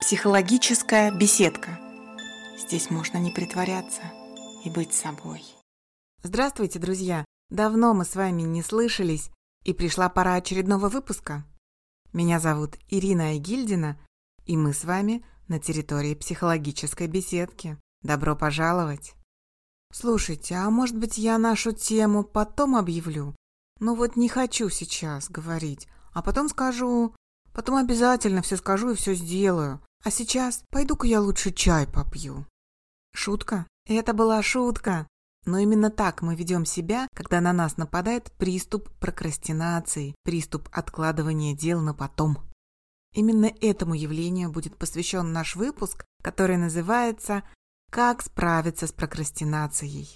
Психологическая беседка. Здесь можно не притворяться и быть собой. Здравствуйте, друзья! Давно мы с вами не слышались, и пришла пора очередного выпуска. Меня зовут Ирина Айгильдина, и мы с вами на территории психологической беседки. Добро пожаловать! Слушайте, а может быть я нашу тему потом объявлю? Ну вот не хочу сейчас говорить, а потом скажу, потом обязательно все скажу и все сделаю. А сейчас пойду-ка я лучше чай попью. Шутка? Это была шутка. Но именно так мы ведем себя, когда на нас нападает приступ прокрастинации, приступ откладывания дел на потом. Именно этому явлению будет посвящен наш выпуск, который называется «Как справиться с прокрастинацией».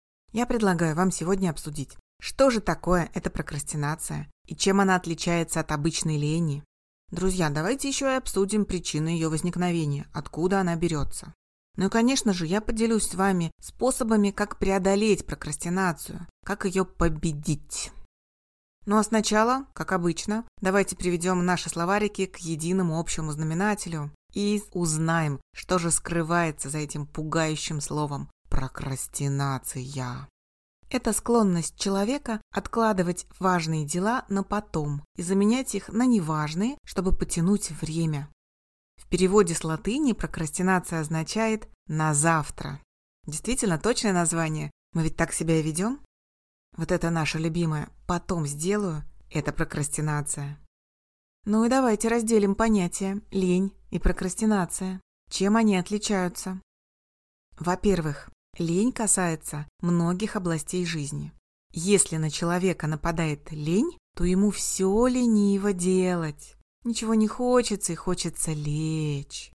Я предлагаю вам сегодня обсудить, что же такое эта прокрастинация и чем она отличается от обычной лени. Друзья, давайте еще и обсудим причины ее возникновения, откуда она берется. Ну и, конечно же, я поделюсь с вами способами, как преодолеть прокрастинацию, как ее победить. Ну а сначала, как обычно, давайте приведем наши словарики к единому общему знаменателю и узнаем, что же скрывается за этим пугающим словом прокрастинация. Это склонность человека откладывать важные дела на потом и заменять их на неважные, чтобы потянуть время. В переводе с латыни прокрастинация означает «на завтра». Действительно точное название. Мы ведь так себя и ведем? Вот это наше любимое «потом сделаю» – это прокрастинация. Ну и давайте разделим понятия лень и прокрастинация. Чем они отличаются? Во-первых, лень касается многих областей жизни. Если на человека нападает лень, то ему все лениво делать. Ничего не хочется и хочется лечь.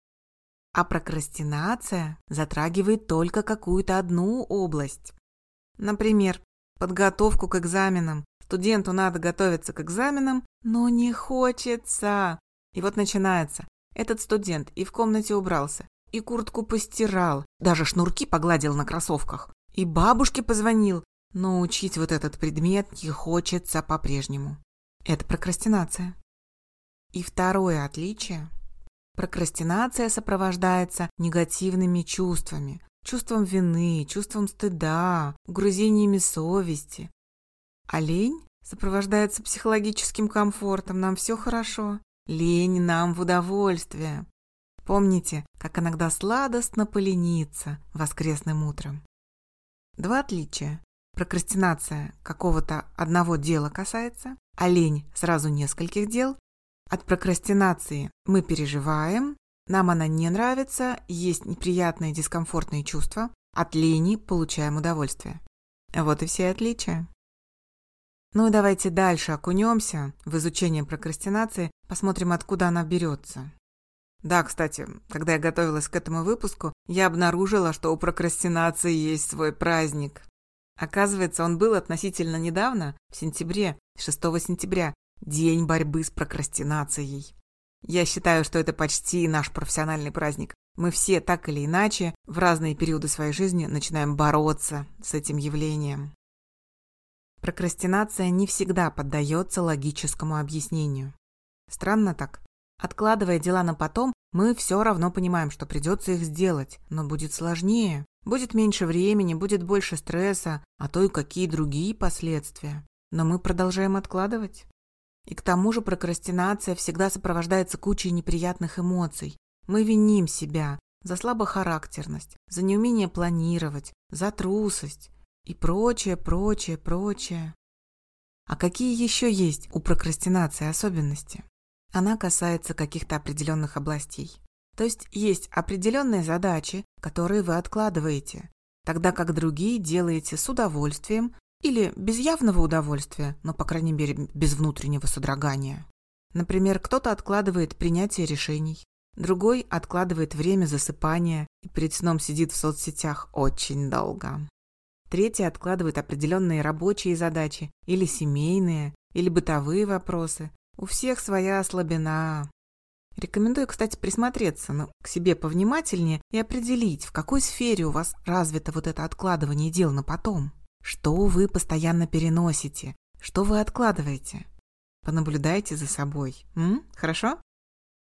А прокрастинация затрагивает только какую-то одну область. Например, подготовку к экзаменам. Студенту надо готовиться к экзаменам, но не хочется. И вот начинается. Этот студент и в комнате убрался, и куртку постирал, даже шнурки погладил на кроссовках, и бабушке позвонил, но учить вот этот предмет не хочется по-прежнему. Это прокрастинация. И второе отличие. Прокрастинация сопровождается негативными чувствами, чувством вины, чувством стыда, угрызениями совести. А лень сопровождается психологическим комфортом, нам все хорошо. Лень нам в удовольствие. Помните, как иногда сладостно полениться воскресным утром? Два отличия. Прокрастинация какого-то одного дела касается, а лень сразу нескольких дел. От прокрастинации мы переживаем, нам она не нравится, есть неприятные дискомфортные чувства. От лени получаем удовольствие. Вот и все отличия. Ну и давайте дальше окунемся в изучение прокрастинации, посмотрим, откуда она берется. Да, кстати, когда я готовилась к этому выпуску, я обнаружила, что у прокрастинации есть свой праздник. Оказывается, он был относительно недавно, в сентябре, 6 сентября, День борьбы с прокрастинацией. Я считаю, что это почти наш профессиональный праздник. Мы все так или иначе в разные периоды своей жизни начинаем бороться с этим явлением. Прокрастинация не всегда поддается логическому объяснению. Странно так. Откладывая дела на потом, мы все равно понимаем, что придется их сделать, но будет сложнее, будет меньше времени, будет больше стресса, а то и какие другие последствия. Но мы продолжаем откладывать. И к тому же прокрастинация всегда сопровождается кучей неприятных эмоций. Мы виним себя за слабохарактерность, за неумение планировать, за трусость и прочее, прочее, прочее. А какие еще есть у прокрастинации особенности? Она касается каких-то определенных областей. То есть определенные задачи, которые вы откладываете, тогда как другие делаете с удовольствием или без явного удовольствия, но, по крайней мере, без внутреннего содрогания. Например, кто-то откладывает принятие решений, другой откладывает время засыпания и перед сном сидит в соцсетях очень долго. Третий откладывает определенные рабочие задачи или семейные, или бытовые вопросы. У всех своя слабина. Рекомендую, кстати, присмотреться к себе повнимательнее и определить, в какой сфере у вас развито вот это откладывание дел на потом. Что вы постоянно переносите, что вы откладываете. Понаблюдайте за собой. Хорошо?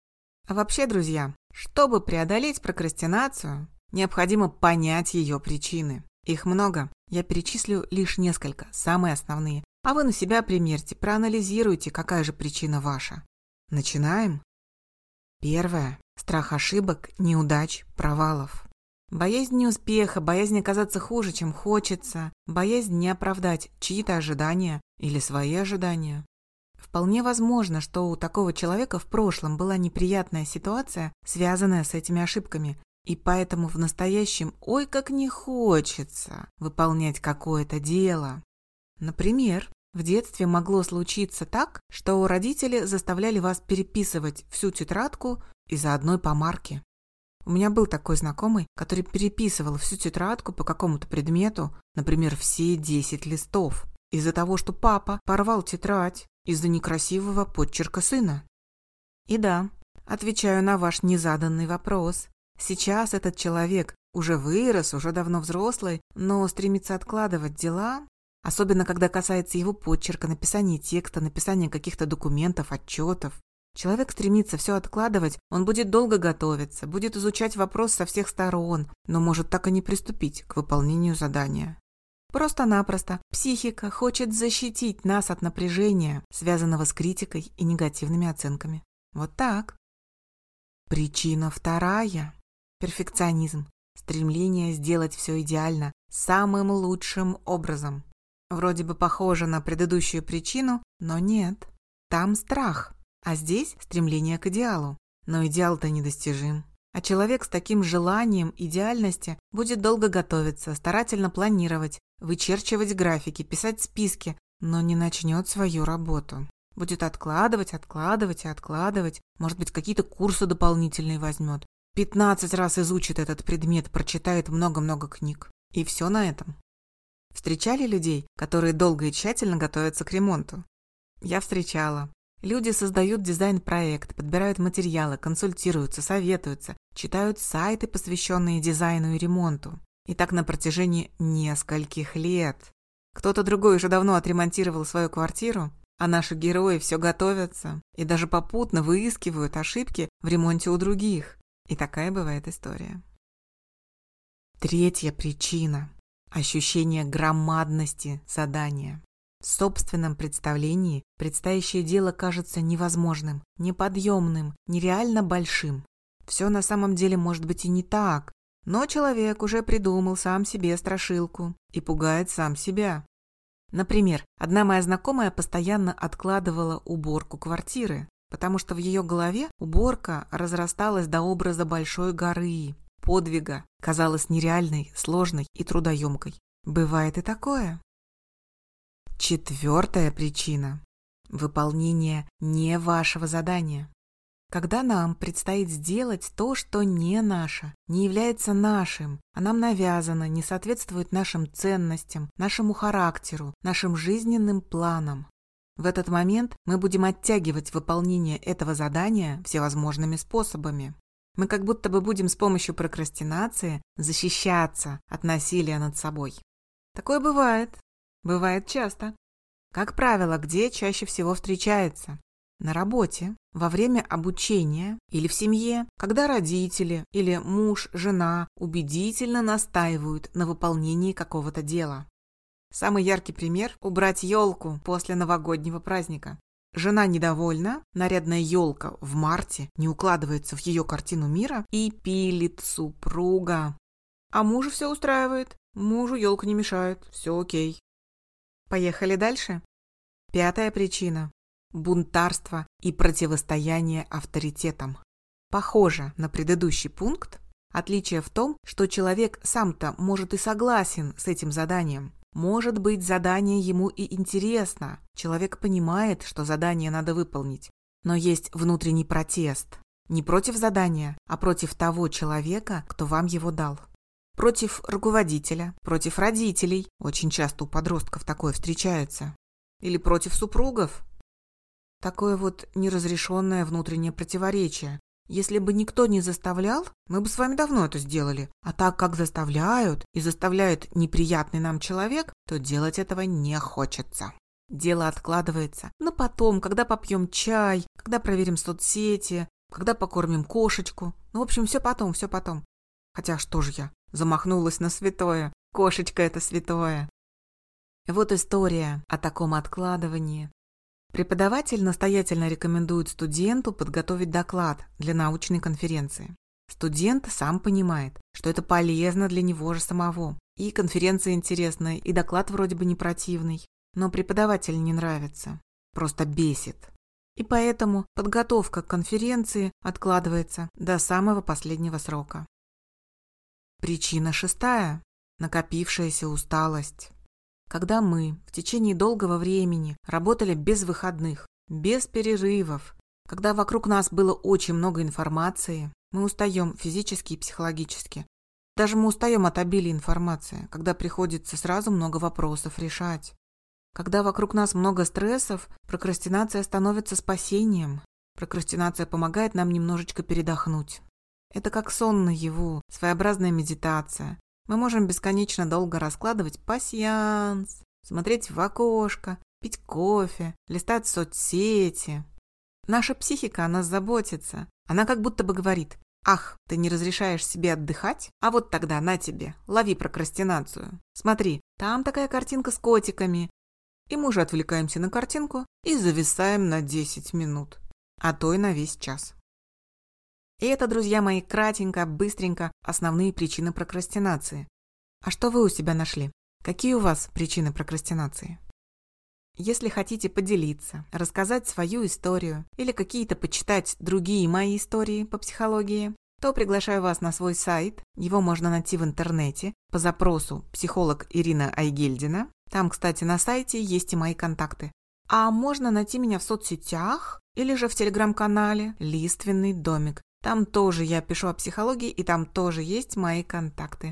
А вообще, друзья, чтобы преодолеть прокрастинацию, необходимо понять ее причины. Их много. Я перечислю лишь несколько, самые основные. А вы на себя примерьте, проанализируйте, какая же причина ваша. Начинаем. Первое. Страх ошибок, неудач, провалов. Боязнь неуспеха, боязнь оказаться хуже, чем хочется, боязнь не оправдать чьи-то ожидания или свои ожидания. Вполне возможно, что у такого человека в прошлом была неприятная ситуация, связанная с этими ошибками, и поэтому в настоящем ой как не хочется выполнять какое-то дело. Например, в детстве могло случиться так, что родители заставляли вас переписывать всю тетрадку из-за одной помарки. У меня был такой знакомый, который переписывал всю тетрадку по какому-то предмету, например, все 10 листов, из-за того, что папа порвал тетрадь из-за некрасивого подчерка сына. И да, отвечаю на ваш незаданный вопрос. Сейчас этот человек уже вырос, уже давно взрослый, но стремится откладывать дела, особенно когда касается его почерка, написания текста, написания каких-то документов, отчетов. Человек стремится все откладывать, он будет долго готовиться, будет изучать вопрос со всех сторон, но может так и не приступить к выполнению задания. Просто-напросто психика хочет защитить нас от напряжения, связанного с критикой и негативными оценками. Вот так. Причина вторая. Перфекционизм. Стремление сделать все идеально, самым лучшим образом. Вроде бы похоже на предыдущую причину, но нет. Там страх, а здесь стремление к идеалу. Но идеал-то недостижим. А человек с таким желанием идеальности будет долго готовиться, старательно планировать, вычерчивать графики, писать списки, но не начнет свою работу. Будет откладывать, может быть, какие-то курсы дополнительные возьмет. 15 раз изучит этот предмет, прочитает много-много книг. И все на этом. Встречали людей, которые долго и тщательно готовятся к ремонту? Я встречала. Люди создают дизайн-проект, подбирают материалы, консультируются, советуются, читают сайты, посвященные дизайну и ремонту. И так на протяжении нескольких лет. Кто-то другой уже давно отремонтировал свою квартиру, а наши герои все готовятся и даже попутно выискивают ошибки в ремонте у других. И такая бывает история. Третья причина – ощущение громадности задания. В собственном представлении предстоящее дело кажется невозможным, неподъемным, нереально большим. Все на самом деле может быть и не так, но человек уже придумал сам себе страшилку и пугает сам себя. Например, одна моя знакомая постоянно откладывала уборку квартиры, потому что в ее голове уборка разрасталась до образа большой горы, подвига, казалась нереальной, сложной и трудоемкой. Бывает и такое. Четвертая причина – выполнение не вашего задания. Когда нам предстоит сделать то, что не наше, не является нашим, а нам навязано, не соответствует нашим ценностям, нашему характеру, нашим жизненным планам, в этот момент мы будем оттягивать выполнение этого задания всевозможными способами. Мы как будто бы будем с помощью прокрастинации защищаться от насилия над собой. Такое бывает. Бывает часто. Как правило, где чаще всего встречается? На работе, во время обучения или в семье, когда родители или муж, жена убедительно настаивают на выполнении какого-то дела. Самый яркий пример – убрать елку после новогоднего праздника. Жена недовольна, нарядная елка в марте не укладывается в ее картину мира и пилит супруга. А мужа все устраивает, мужу елка не мешает, все окей. Поехали дальше. Пятая причина – бунтарство и противостояние авторитетам. Похоже на предыдущий пункт, отличие в том, что человек сам-то может и согласен с этим заданием. Может быть, задание ему и интересно, человек понимает, что задание надо выполнить, но есть внутренний протест. Не против задания, а против того человека, кто вам его дал. Против руководителя, против родителей, очень часто у подростков такое встречается, или против супругов. Такое вот неразрешенное внутреннее противоречие. Если бы никто не заставлял, мы бы с вами давно это сделали. А так как заставляют, и заставляет неприятный нам человек, то делать этого не хочется. Дело откладывается. Но потом, когда попьем чай, когда проверим соцсети, когда покормим кошечку. Ну, в общем, все потом, все потом. Хотя что же я замахнулась на святое? Кошечка – это святое. Вот история о таком откладывании. Преподаватель настоятельно рекомендует студенту подготовить доклад для научной конференции. Студент сам понимает, что это полезно для него же самого. И конференция интересная, и доклад вроде бы не противный. Но преподавателю не нравится. Просто бесит. И поэтому подготовка к конференции откладывается до самого последнего срока. Причина 6. Накопившаяся усталость. Когда мы в течение долгого времени работали без выходных, без перерывов, когда вокруг нас было очень много информации, мы устаем физически и психологически. Даже мы устаем от обилия информации, когда приходится сразу много вопросов решать. Когда вокруг нас много стрессов, прокрастинация становится спасением. Прокрастинация помогает нам немножечко передохнуть. Это как сон наяву, своеобразная медитация. Мы можем бесконечно долго раскладывать пасьянс, смотреть в окошко, пить кофе, листать соцсети. Наша психика о нас заботится. Она как будто бы говорит: «Ах, ты не разрешаешь себе отдыхать? А вот тогда на тебе, лови прокрастинацию. Смотри, там такая картинка с котиками». И мы уже отвлекаемся на картинку и зависаем на 10 минут, а то и на весь час. И это, друзья мои, кратенько, быстренько основные причины прокрастинации. А что вы у себя нашли? Какие у вас причины прокрастинации? Если хотите поделиться, рассказать свою историю или какие-то почитать другие мои истории по психологии, то приглашаю вас на свой сайт. Его можно найти в интернете по запросу «Психолог Ирина Айгельдина». Там, кстати, на сайте есть и мои контакты. А можно найти меня в соцсетях или же в телеграм-канале «Лиственный домик». Там тоже я пишу о психологии, и там тоже есть мои контакты.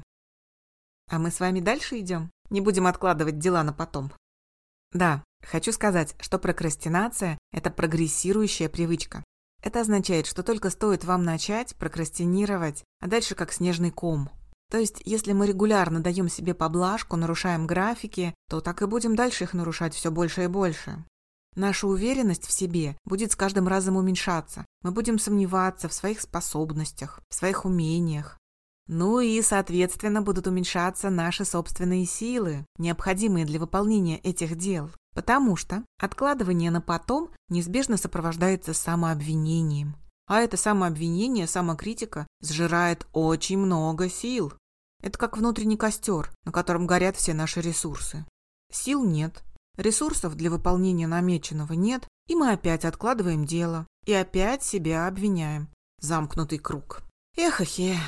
А мы с вами дальше идем. Не будем откладывать дела на потом. Да, хочу сказать, что прокрастинация – это прогрессирующая привычка. Это означает, что только стоит вам начать прокрастинировать, а дальше как снежный ком. То есть, если мы регулярно даем себе поблажку, нарушаем графики, то так и будем дальше их нарушать все больше и больше. Наша уверенность в себе будет с каждым разом уменьшаться. Мы будем сомневаться в своих способностях, в своих умениях. Ну и, соответственно, будут уменьшаться наши собственные силы, необходимые для выполнения этих дел. Потому что откладывание на потом неизбежно сопровождается самообвинением. А это самообвинение, самокритика сжирает очень много сил. Это как внутренний костер, на котором горят все наши ресурсы. Сил нет, ресурсов для выполнения намеченного нет, и мы опять откладываем дело, и опять себя обвиняем. Замкнутый круг. Эх-эхе.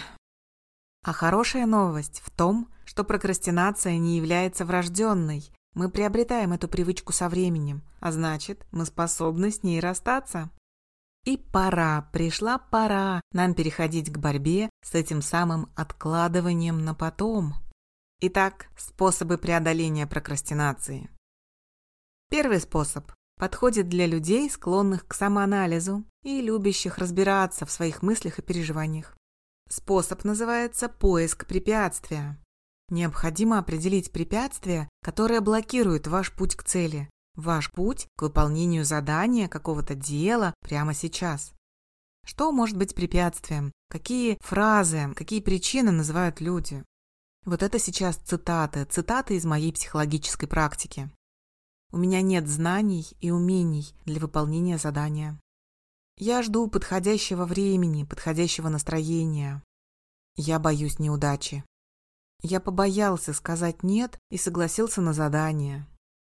А хорошая новость в том, что прокрастинация не является врожденной. Мы приобретаем эту привычку со временем, а значит, мы способны с ней расстаться. И пришла пора нам переходить к борьбе с этим самым откладыванием на потом. Итак, способы преодоления прокрастинации. Первый способ подходит для людей, склонных к самоанализу и любящих разбираться в своих мыслях и переживаниях. Способ называется «поиск препятствия». Необходимо определить препятствие, которое блокирует ваш путь к цели, ваш путь к выполнению задания, какого-то дела прямо сейчас. Что может быть препятствием? Какие фразы, какие причины называют люди? Вот это сейчас цитаты из моей психологической практики. У меня нет знаний и умений для выполнения задания. Я жду подходящего времени, подходящего настроения. Я боюсь неудачи. Я побоялся сказать «нет» и согласился на задание.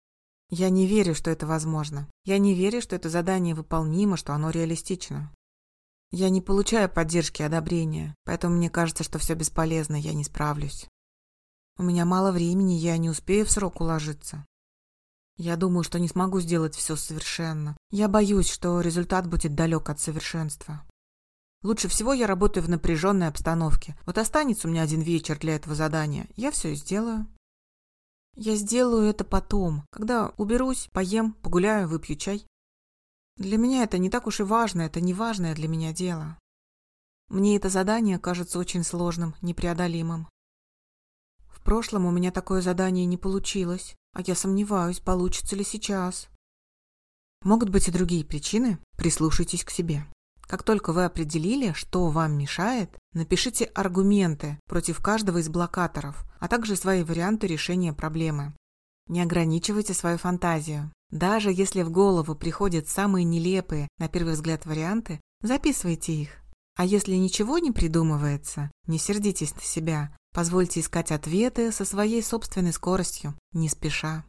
Я не верю, что это возможно. Я не верю, что это задание выполнимо, что оно реалистично. Я не получаю поддержки и одобрения, поэтому мне кажется, что все бесполезно, я не справлюсь. У меня мало времени, я не успею в срок уложиться. Я думаю, что не смогу сделать все совершенно. Я боюсь, что результат будет далек от совершенства. Лучше всего я работаю в напряженной обстановке. Вот останется у меня один вечер для этого задания, я все и сделаю. Я сделаю это потом, когда уберусь, поем, погуляю, выпью чай. Для меня это не так уж и важно, это не важное для меня дело. Мне это задание кажется очень сложным, непреодолимым. В прошлом у меня такое задание не получилось, а я сомневаюсь, получится ли сейчас. Могут быть и другие причины, прислушайтесь к себе. Как только вы определили, что вам мешает, напишите аргументы против каждого из блокаторов, а также свои варианты решения проблемы. Не ограничивайте свою фантазию. Даже если в голову приходят самые нелепые, на первый взгляд, варианты, записывайте их. А если ничего не придумывается, не сердитесь на себя. Позвольте искать ответы со своей собственной скоростью, не спеша.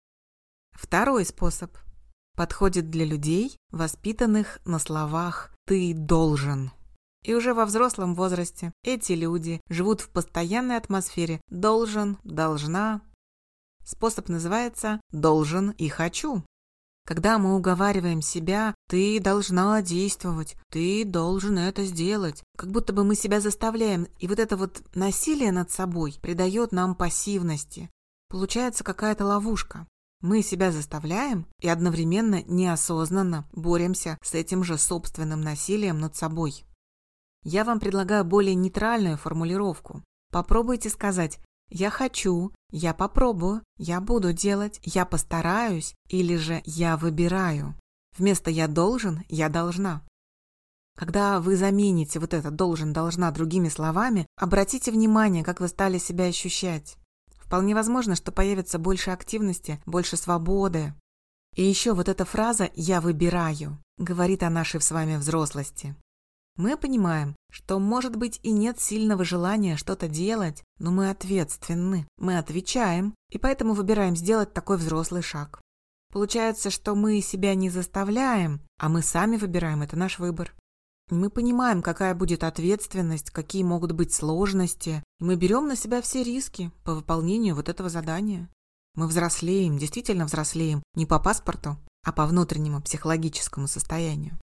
Второй способ подходит для людей, воспитанных на словах «ты должен». И уже во взрослом возрасте эти люди живут в постоянной атмосфере «должен», «должна». Способ называется «должен и хочу». Когда мы уговариваем себя «ты должна действовать», «ты должен это сделать», как будто бы мы себя заставляем, и вот это вот насилие над собой придает нам пассивности. Получается какая-то ловушка. Мы себя заставляем и одновременно неосознанно боремся с этим же собственным насилием над собой. Я вам предлагаю более нейтральную формулировку. Попробуйте сказать «я хочу», «я попробую», «я буду делать», «я постараюсь» или же «я выбираю». Вместо «я должен», «я должна». Когда вы замените вот это «должен», «должна» другими словами, обратите внимание, как вы стали себя ощущать. Вполне возможно, что появится больше активности, больше свободы. И еще вот эта фраза «я выбираю» говорит о нашей с вами взрослости. Мы понимаем, что, может быть, и нет сильного желания что-то делать, но мы ответственны, мы отвечаем, и поэтому выбираем сделать такой взрослый шаг. Получается, что мы себя не заставляем, а мы сами выбираем, это наш выбор. Мы понимаем, какая будет ответственность, какие могут быть сложности, и мы берем на себя все риски по выполнению вот этого задания. Мы взрослеем, действительно взрослеем, не по паспорту, а по внутреннему психологическому состоянию.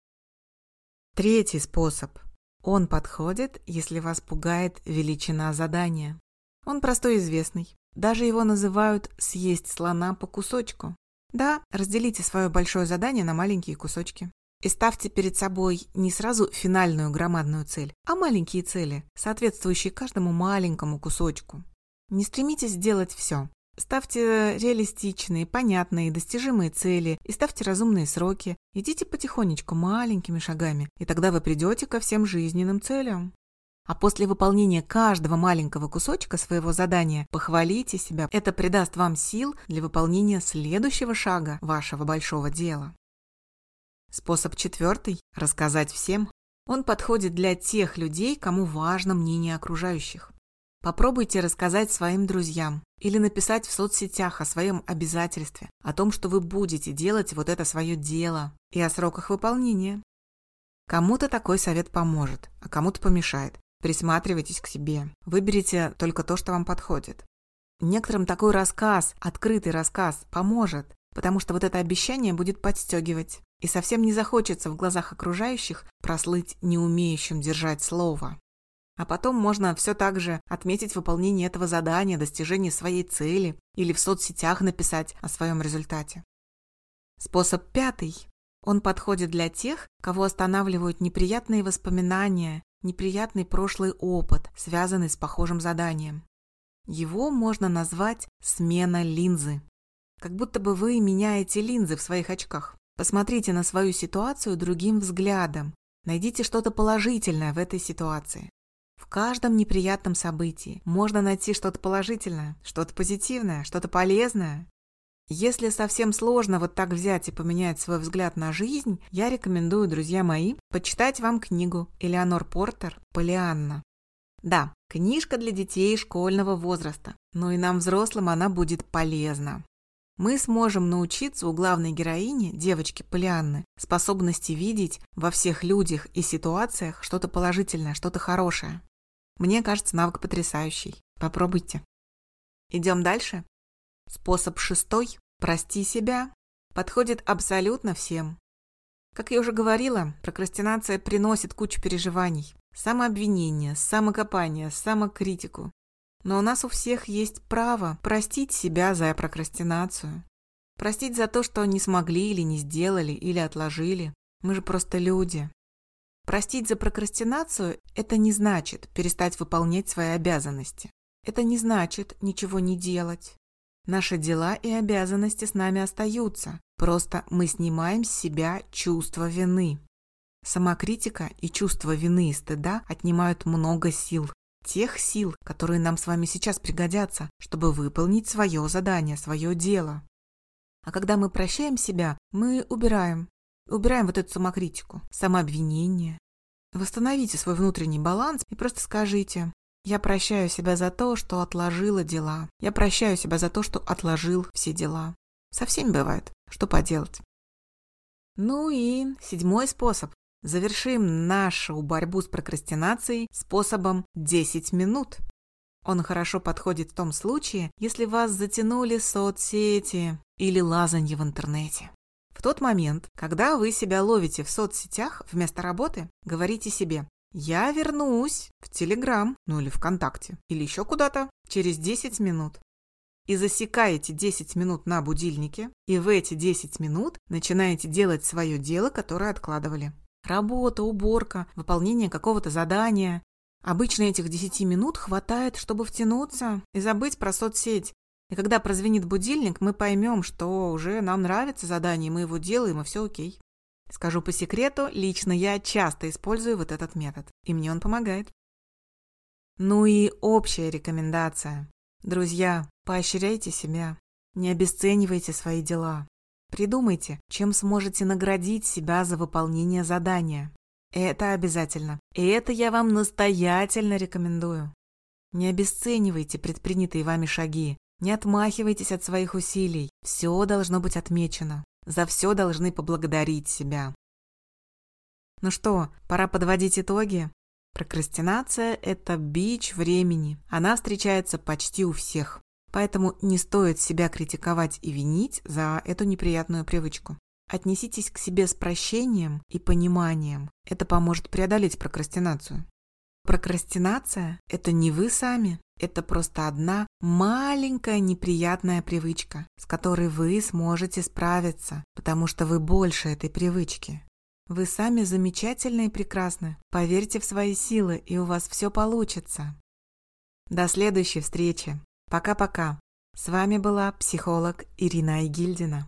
Третий способ. Он подходит, если вас пугает величина задания. Он простой и известный. Даже его называют «съесть слона по кусочку». Да, разделите свое большое задание на маленькие кусочки. И ставьте перед собой не сразу финальную громадную цель, а маленькие цели, соответствующие каждому маленькому кусочку. Не стремитесь сделать все. Ставьте реалистичные, понятные, достижимые цели и ставьте разумные сроки. Идите потихонечку, маленькими шагами, и тогда вы придете ко всем жизненным целям. А после выполнения каждого маленького кусочка своего задания похвалите себя. Это придаст вам сил для выполнения следующего шага вашего большого дела. Способ четвертый – рассказать всем. Он подходит для тех людей, кому важно мнение окружающих. Попробуйте рассказать своим друзьям или написать в соцсетях о своем обязательстве, о том, что вы будете делать вот это свое дело, и о сроках выполнения. Кому-то такой совет поможет, а кому-то помешает. Присматривайтесь к себе, выберите только то, что вам подходит. Некоторым такой рассказ, открытый рассказ, поможет, потому что вот это обещание будет подстегивать, и совсем не захочется в глазах окружающих прослыть неумеющим держать слово. А потом можно все так же отметить выполнение этого задания, достижение своей цели или в соцсетях написать о своем результате. Способ пятый. Он подходит для тех, кого останавливают неприятные воспоминания, неприятный прошлый опыт, связанный с похожим заданием. Его можно назвать «смена линзы». Как будто бы вы меняете линзы в своих очках. Посмотрите на свою ситуацию другим взглядом. Найдите что-то положительное в этой ситуации. В каждом неприятном событии можно найти что-то положительное, что-то позитивное, что-то полезное. Если совсем сложно вот так взять и поменять свой взгляд на жизнь, я рекомендую, друзья мои, почитать вам книгу Элеонор Портер «Поллианна». Да, книжка для детей школьного возраста, но и нам, взрослым, она будет полезна. Мы сможем научиться у главной героини, девочки Поллианны, способности видеть во всех людях и ситуациях что-то положительное, что-то хорошее. Мне кажется, навык потрясающий. Попробуйте. Идем дальше. Способ шестой – «прости себя» подходит абсолютно всем. Как я уже говорила, прокрастинация приносит кучу переживаний. Самообвинение, самокопание, самокритику. Но у нас у всех есть право простить себя за прокрастинацию. Простить за то, что не смогли или не сделали, или отложили. Мы же просто люди. Простить за прокрастинацию – это не значит перестать выполнять свои обязанности. Это не значит ничего не делать. Наши дела и обязанности с нами остаются. Просто мы снимаем с себя чувство вины. Самокритика и чувство вины и стыда отнимают много сил. Тех сил, которые нам с вами сейчас пригодятся, чтобы выполнить свое задание, свое дело. А когда мы прощаем себя, мы убираем вот эту самокритику, самообвинение. Восстановите свой внутренний баланс и просто скажите: я прощаю себя за то, что отложила дела. Я прощаю себя за то, что отложил все дела. Со всеми бывает. Что поделать? Ну и 7-й способ. Завершим нашу борьбу с прокрастинацией способом 10 минут. Он хорошо подходит в том случае, если вас затянули соцсети или лазанье в интернете. В тот момент, когда вы себя ловите в соцсетях вместо работы, говорите себе: я вернусь в Телеграм, или ВКонтакте, или еще куда-то через 10 минут. И засекаете 10 минут на будильнике, и в эти 10 минут начинаете делать свое дело, которое откладывали. Работа, уборка, выполнение какого-то задания. Обычно этих 10 минут хватает, чтобы втянуться и забыть про соцсеть. И когда прозвенит будильник, мы поймем, что уже нам нравится задание, мы его делаем, и все окей. Скажу по секрету, лично я часто использую вот этот метод, и мне он помогает. Ну и общая рекомендация. Друзья, поощряйте себя, не обесценивайте свои дела. Придумайте, чем сможете наградить себя за выполнение задания. Это обязательно. И это я вам настоятельно рекомендую. Не обесценивайте предпринятые вами шаги. Не отмахивайтесь от своих усилий. Все должно быть отмечено. За все должны поблагодарить себя. Ну что, пора подводить итоги? Прокрастинация – это бич времени. Она встречается почти у всех. Поэтому не стоит себя критиковать и винить за эту неприятную привычку. Отнеситесь к себе с прощением и пониманием. Это поможет преодолеть прокрастинацию. Прокрастинация – это не вы сами. Это просто одна маленькая неприятная привычка, с которой вы сможете справиться, потому что вы больше этой привычки. Вы сами замечательны и прекрасны. Поверьте в свои силы, и у вас все получится. До следующей встречи. Пока-пока. С вами была психолог Ирина Айгильдина.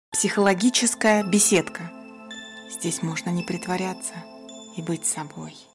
Психологическая беседка. Здесь можно не притворяться и быть собой.